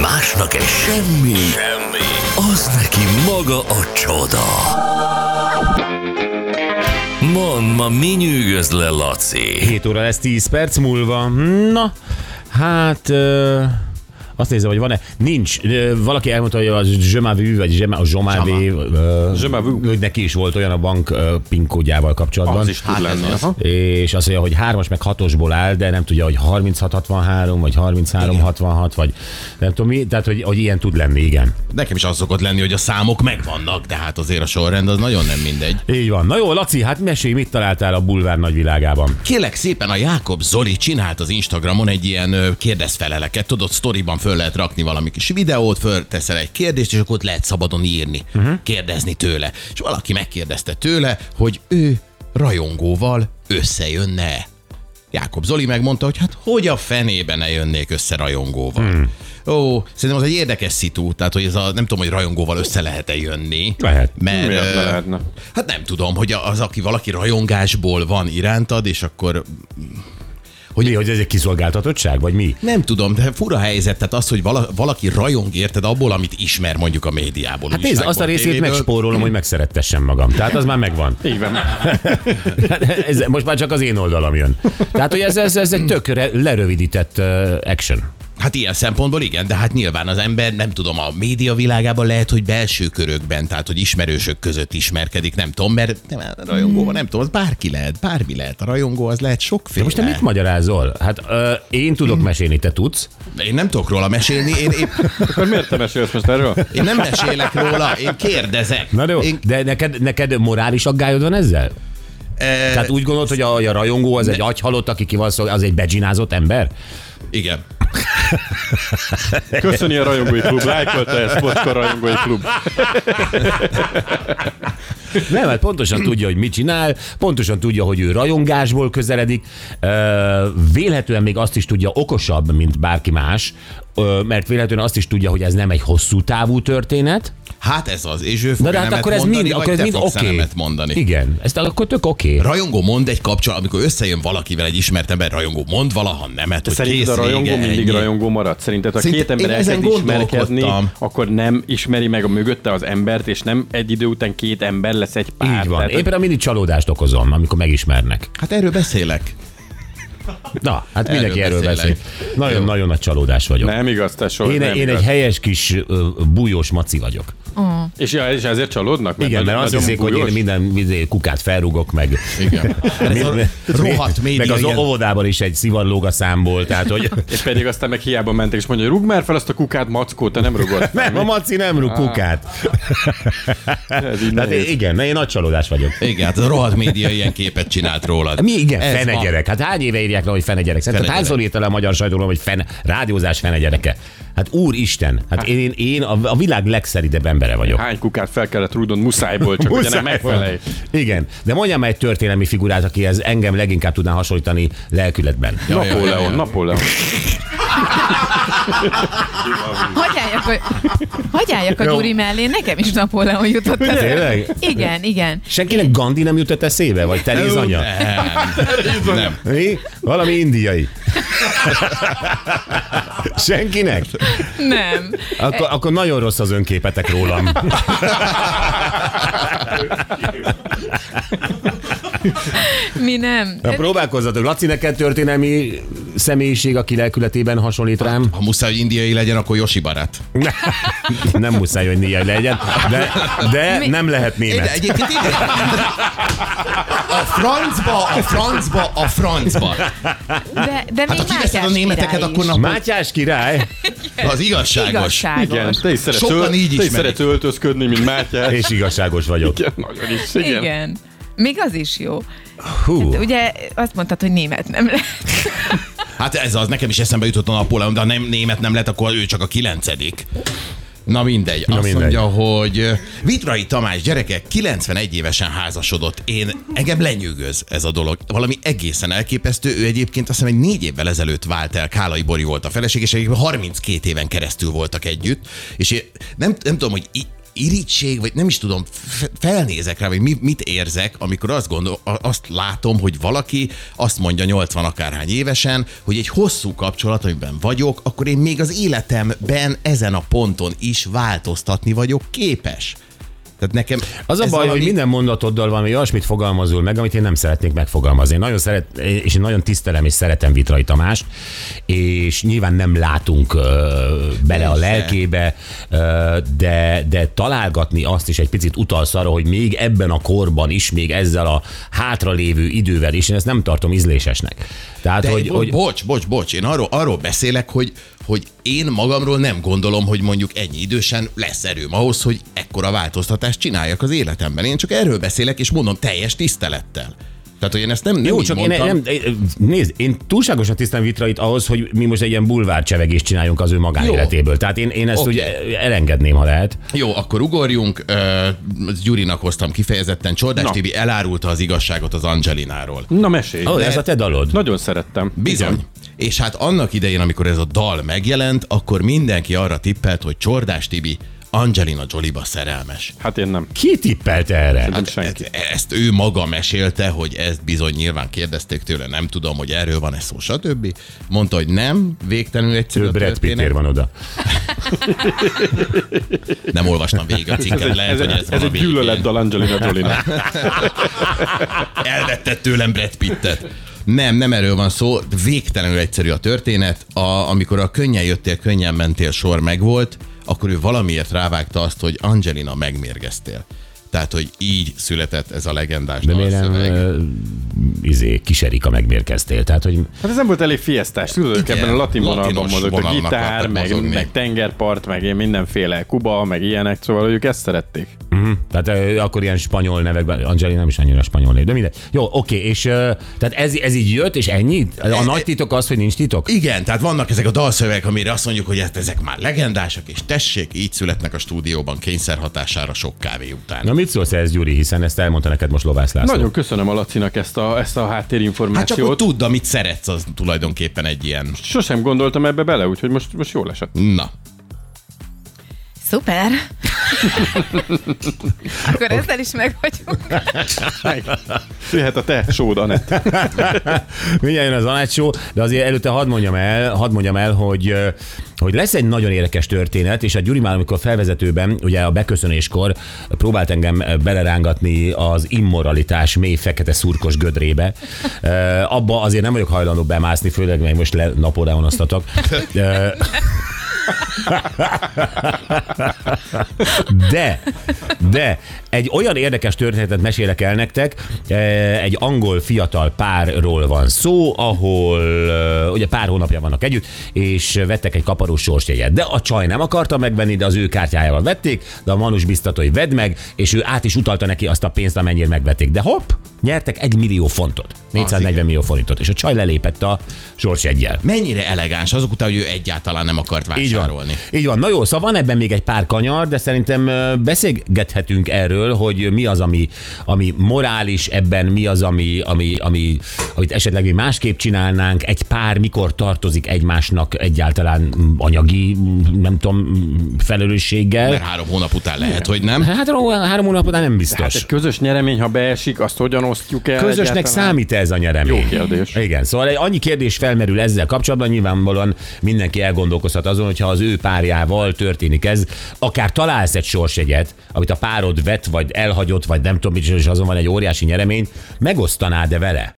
Másnak egy semmi, az neki maga a csoda. Mondd, ma mi nyűgöz le, Laci? 7 óra lesz 10 perc múlva. Na, hát... azt nézem, hogy van-e. Nincs. Valaki elmondta, hogy a Zsömavű, vagy Zsömavű, hogy neki is volt olyan a bank PIN kódjával kapcsolatban. Az is tud lenni. És azt mondja, hogy 3-as meg 6-osból áll, de nem tudja, hogy 3663, vagy 3366, vagy nem tudom mi. Tehát, hogy ilyen tud lenni, igen. Nekem is az szokott lenni, hogy a számok megvannak, de hát azért a sorrend az nagyon nem mindegy. Így van. Na jó, Laci, hát mesélj, mit találtál a bulvár nagyvilágában? Kérlek szépen, a Jákob Zoli csinált az Instagramon egy ilyen kérdezfeleleket. Tudod, sztoriban föl lehet rakni valami kis videót, fölteszel egy kérdést, és akkor ott lehet szabadon írni, kérdezni tőle. És valaki megkérdezte tőle, hogy ő rajongóval összejönne. Jákob Zoli megmondta, hogy hát hogy a fenében ne jönnék össze rajongóval. Ó, szerintem az egy érdekes szitu, tehát hogy ez a, nem tudom, hogy rajongóval össze lehet-e jönni. Lehet. Mert, lehetne? hát nem tudom, hogy az, aki valaki rajongásból van irántad, és akkor... Hogy ez egy kiszolgáltatottság, vagy mi? Nem tudom, de fura helyzet, tehát az, hogy valaki rajong érted abból, amit ismer mondjuk a médiából. Hát nézd, azt a részét megspórolom, hogy megszerettessem magam. Tehát az már megvan. Így van. Ez most már csak az én oldalam jön. Tehát, hogy ez egy tök lerövidített action. Hát ilyen szempontból igen, de hát nyilván az ember, nem tudom, a média világában lehet, hogy belső körökben, tehát hogy ismerősök között ismerkedik, nem tudom, mert nem, a rajongó, nem tudom, az bárki lehet, bármi lehet. A rajongó az lehet sokféle. De most te mit magyarázol? Hát én tudok mesélni, te tudsz? Én nem tudok róla mesélni, Akkor miért te mesélsz most erről? én nem mesélek róla, én kérdezek. Na jó, de neked morális aggályod van ezzel? Tehát úgy gondolod, hogy a rajongó az egy agyhalott, aki ki van szó, az egy begyinázott ember? Igen. Köszöni a rajongói klub, lájkolta ezt, Vodka rajongói klub. Nem, hát pontosan tudja, hogy mit csinál, pontosan tudja, hogy ő rajongásból közeledik, vélhetően még azt is tudja okosabb, mint bárki más, mert vélhetően azt is tudja, hogy ez nem egy hosszú távú történet. Hát ez az, és ő fogja de hát nemet akkor ez mondani, mind, vagy akkor ez te mind fogsz oké. nemet mondani. Igen, ezt akkor tök oké. Rajongó mond egy kapcsolat, amikor összejön valakivel egy ismert ember, rajongó mond valaha nemet, hogy Szerinted kész a rajongó vége, mindig ennyi. rajongó marad? Szerinted, ha két ember én ezen elkezd ismerkedni, gondolkodtam. akkor nem ismeri meg a mögötte az embert, és nem egy idő után két ember lesz egy pár. Így van. Tehát, Én például mindig csalódást okozom, amikor megismernek. Hát erről beszélek. Na, hát mindenki erről beszélek. beszél. Nagyon-nagyon nagy csalódás vagyok. nem igaz, te soha. Én nem egy igaz. helyes kis bújós maci vagyok. És ezért csalódnak? Igen, mert azt nagyon hiszik, hogy én bújós? minden kukát felrúgok, meg... Igen. Ez a rohadt meg média az ilyen. óvodában is egy szivar lóg a számból, tehát hogy... És pedig aztán meg hiába mentek, és mondja, hogy rúgd már fel azt a kukát, mackó, te nem rugod. Nem, a maci nem rúg kukát. Ez így Tehát nehéz. igen, én nagy csalódás vagyok. Igen, hát a rohadt média ilyen képet csinált rólad. Mi igen, Ez fene van. gyerek. Hát hány éve írják le, hogy fene gyerek? Szerinted Fene hányszor írta le a magyar sajtóról, hogy rádiózás fene gyereke? Hát úristen, hát én a világ legszeridebb embere vagyok. Hány kukát fel kellett rúdnod muszájból, csak ugye nem megfelelj. Igen, de mondjam már egy történelmi figurát, akihez engem leginkább tudná hasonlítani lelkületben. Napóleon. Hagyj álljak a Gyuri mellé, nekem is Napóleon jutott eszembe. Tényleg? Igen. Senkinek Gandhi nem jutott eszébe? Vagy Teréz anya? Nem. Mi? Valami indiai. Senkinek? Nem. Akkor nagyon rossz az önképetek rólam. Mi nem. Na, próbálkozzatok. Laci, neked történelmi személyiség, aki lelkületében hasonlít rám? Ha muszáj, hogy indiai legyen, akkor Josi barát. Nem muszáj, hogy néjjel legyen, de nem lehet német. Egyébként igen. A francba. De Hát még ha kiveszed a Mátyás németeket, király akkor is. napon Mátyás király, az igazságos. Igazságos. Igen, te is Sokan így te is ismerik. szeretsz öltözködni, mint Mátyás. és igazságos vagyok. Igen, nagyon is. Igen. Igen. Még az is jó. Hú. Ugye azt mondtad, hogy német nem lehet. Hát ez az, nekem is eszembe jutott a Napóleon, de ha nem német nem lett, akkor ő csak a 9. Na mindegy. Azt mindegy. mondja, hogy Vitrai Tamás gyerekek 91 évesen házasodott. Engem lenyűgöz ez a dolog. Valami egészen elképesztő. Ő egyébként azt hiszem, hogy 4 évvel ezelőtt vált el. Kálai Bori volt a feleség, és egyébként 32 éven keresztül voltak együtt. És én nem tudom, hogy irítség, vagy nem is tudom, felnézek rá, vagy mit érzek, amikor azt látom, hogy valaki azt mondja 80 akárhány évesen, hogy egy hosszú kapcsolat, amiben vagyok, akkor én még az életemben ezen a ponton is változtatni vagyok képes. Tehát nekem az a baj, hogy minden mondatoddal valami olyasmit fogalmazol meg, amit én nem szeretnék megfogalmazni. Én nagyon és én nagyon tisztelem és szeretem Vitrai Tamást, és nyilván nem látunk bele a lelkébe, de találgatni azt is egy picit utalsz arra, hogy még ebben a korban is, még ezzel a hátralévő idővel is, én ezt nem tartom ízlésesnek. Tehát, de hogy bocs, én arról beszélek, hogy én magamról nem gondolom, hogy mondjuk ennyi idősen lesz erőm ahhoz, hogy ekkora változtatást csináljak az életemben. Én csak erről beszélek, és mondom teljes tisztelettel. Tehát, hogy én ezt nem jó, így csak mondtam. Nézd, én túlságosan tisztelem Vitrait ahhoz, hogy mi most egy ilyen bulvárcsevegést csináljunk az ő magánéletéből. Tehát én ezt úgy elengedném, ha lehet. Jó, akkor ugorjunk. Gyurinak hoztam kifejezetten. Csordás Tibi elárulta az igazságot az Angelináról. Na, mesélj. Ez a te dalod. Nagyon szerettem. Bizony. Igen. És hát annak idején, amikor ez a dal megjelent, akkor mindenki arra tippelt, hogy Csordás Tibi Angelina Jolie-ba szerelmes. Hát én nem. Ki tippelt erre? Hát ezt ő maga mesélte, hogy ezt bizony nyilván kérdezték tőle, nem tudom, hogy erről van-e szó, stb. Mondta, hogy nem, végtelenül egyszerű a Brad Pitt van oda. Nem olvastam végig a cikket, lehet, hogy ez van egy gyűlöletdal Angelina Jolie-nak. Elvetted tőlem Brad Pittet. Nem erről van szó, végtelenül egyszerű a történet. Amikor a könnyen jöttél, könnyen mentél sor megvolt, akkor ő valamiért rávágta azt, hogy Angelina, megmérgeztél. Tehát, hogy így született ez a legendás dalszöveg. Kiserik a megmérkeztél. Tehát, hogy... Hát ez nem volt elég fiesztás. Tudod, hogy ebben a latin vonalban mozogtak, gitár, meg tengerpart, meg mindenféle Kuba, meg ilyenek, szóval hogy ők ezt szerették. Tehát akkor ilyen spanyol nevekben, Angelina nem is annyira spanyol név, de mindegy. Jó, oké, és tehát ez így jött, és ennyi? A nagy titok az, hogy nincs titok? Igen, tehát vannak ezek a dalszövegek, amire azt mondjuk, hogy ezek már legendásak, és tessék, így születnek a stúdióban kényszerhatására sok kávé után. Na mit szólsz ez, Gyuri, hiszen ezt elmondta neked most Lovász László. Nagyon köszönöm a Lacinak ezt a háttérinformációt. Hát csak hogy tudd, amit szeretsz, az tulajdonképpen egy ilyen... Sosem gondoltam ebbe bele, úgyhogy most jól esett. Na. Szuper. Akkor ezzel is meg vagyunk. Jöhet a te show-d, Anett. Mindjárt jön az Anett show, de azért előtte hadd mondjam el, hogy lesz egy nagyon érdekes történet, és a Gyuri már, amikor felvezetőben, ugye a beköszönéskor próbált engem belerángatni az immoralitás mély fekete szurkos gödrébe. Abba azért nem vagyok hajlandó bemászni, főleg meg most Napóleonoztatok. De egy olyan érdekes történetet mesélek el nektek, egy angol fiatal párról van szó, ahol ugye pár hónapja vannak együtt, és vettek egy kaparós sorsjegyet. De a csaj nem akarta megvenni, de az ő kártyájával vették, de a manus biztatta, hogy vedd meg, és ő át is utalta neki azt a pénzt, amennyire megvették. De hopp, nyertek 1 millió fontot, 440 millió forintot, és a csaj lelépett a sorsjeggyel. Mennyire elegáns azok után, hogy ő egyáltalán nem akart vásárolni. Így van. Na jó, szóval van ebben még egy pár kanyar, de szerintem beszélgethetünk erről, hogy mi az, ami morális ebben, mi az, amit esetleg mi másképp csinálnánk, egy pár mikor tartozik egymásnak egyáltalán anyagi, nem tudom, felelősséggel. Mert 3 hónap után lehet, hogy nem. Hát 3 hónap után nem biztos. Hát egy közös nyeremény, ha beesik, azt hogyan osztjuk el? Közösnek egyáltalán számít ez a nyeremény? Jó kérdés. Igen, szóval annyi kérdés felmerül ezzel kapcsolatban, nyilvánvalóan mindenki elgondolkozhat azon, hogyha az ő párjával történik ez, akár találsz egy sorsjegyet, amit a párod vett, vagy elhagyott, vagy nem tudom, és azon van egy óriási nyeremény, megosztanád-e vele?